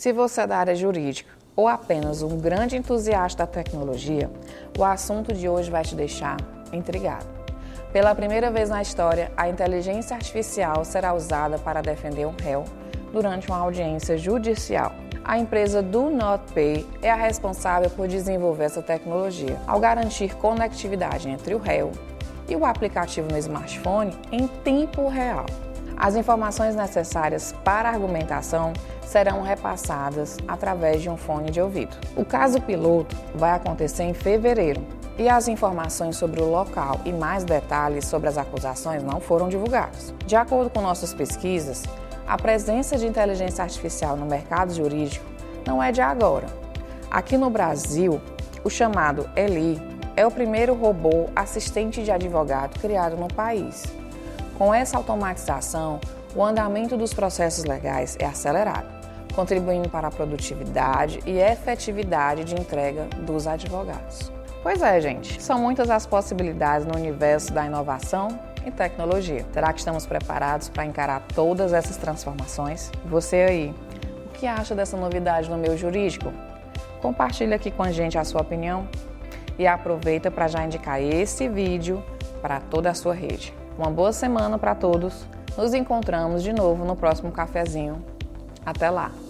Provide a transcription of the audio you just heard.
Se você é da área jurídica ou apenas um grande entusiasta da tecnologia, o assunto de hoje vai te deixar intrigado. Pela primeira vez na história, a inteligência artificial será usada para defender um réu durante uma audiência judicial. A empresa Do Not Pay é a responsável por desenvolver essa tecnologia, ao garantir conectividade entre o réu e o aplicativo no smartphone em tempo real. As informações necessárias para a argumentação serão repassadas através de um fone de ouvido. O caso piloto vai acontecer em fevereiro e as informações sobre o local e mais detalhes sobre as acusações não foram divulgados. De acordo com nossas pesquisas, a presença de inteligência artificial no mercado jurídico não é de agora. Aqui no Brasil, o chamado Eli é o primeiro robô assistente de advogado criado no país. Com essa automatização, o andamento dos processos legais é acelerado, contribuindo para a produtividade e efetividade de entrega dos advogados. Pois é, gente, são muitas as possibilidades no universo da inovação e tecnologia. Será que estamos preparados para encarar todas essas transformações? Você aí, o que acha dessa novidade no meio jurídico? Compartilhe aqui com a gente a sua opinião e aproveita para já indicar esse vídeo para toda a sua rede. Uma boa semana para todos. Nos encontramos de novo no próximo cafezinho. Até lá!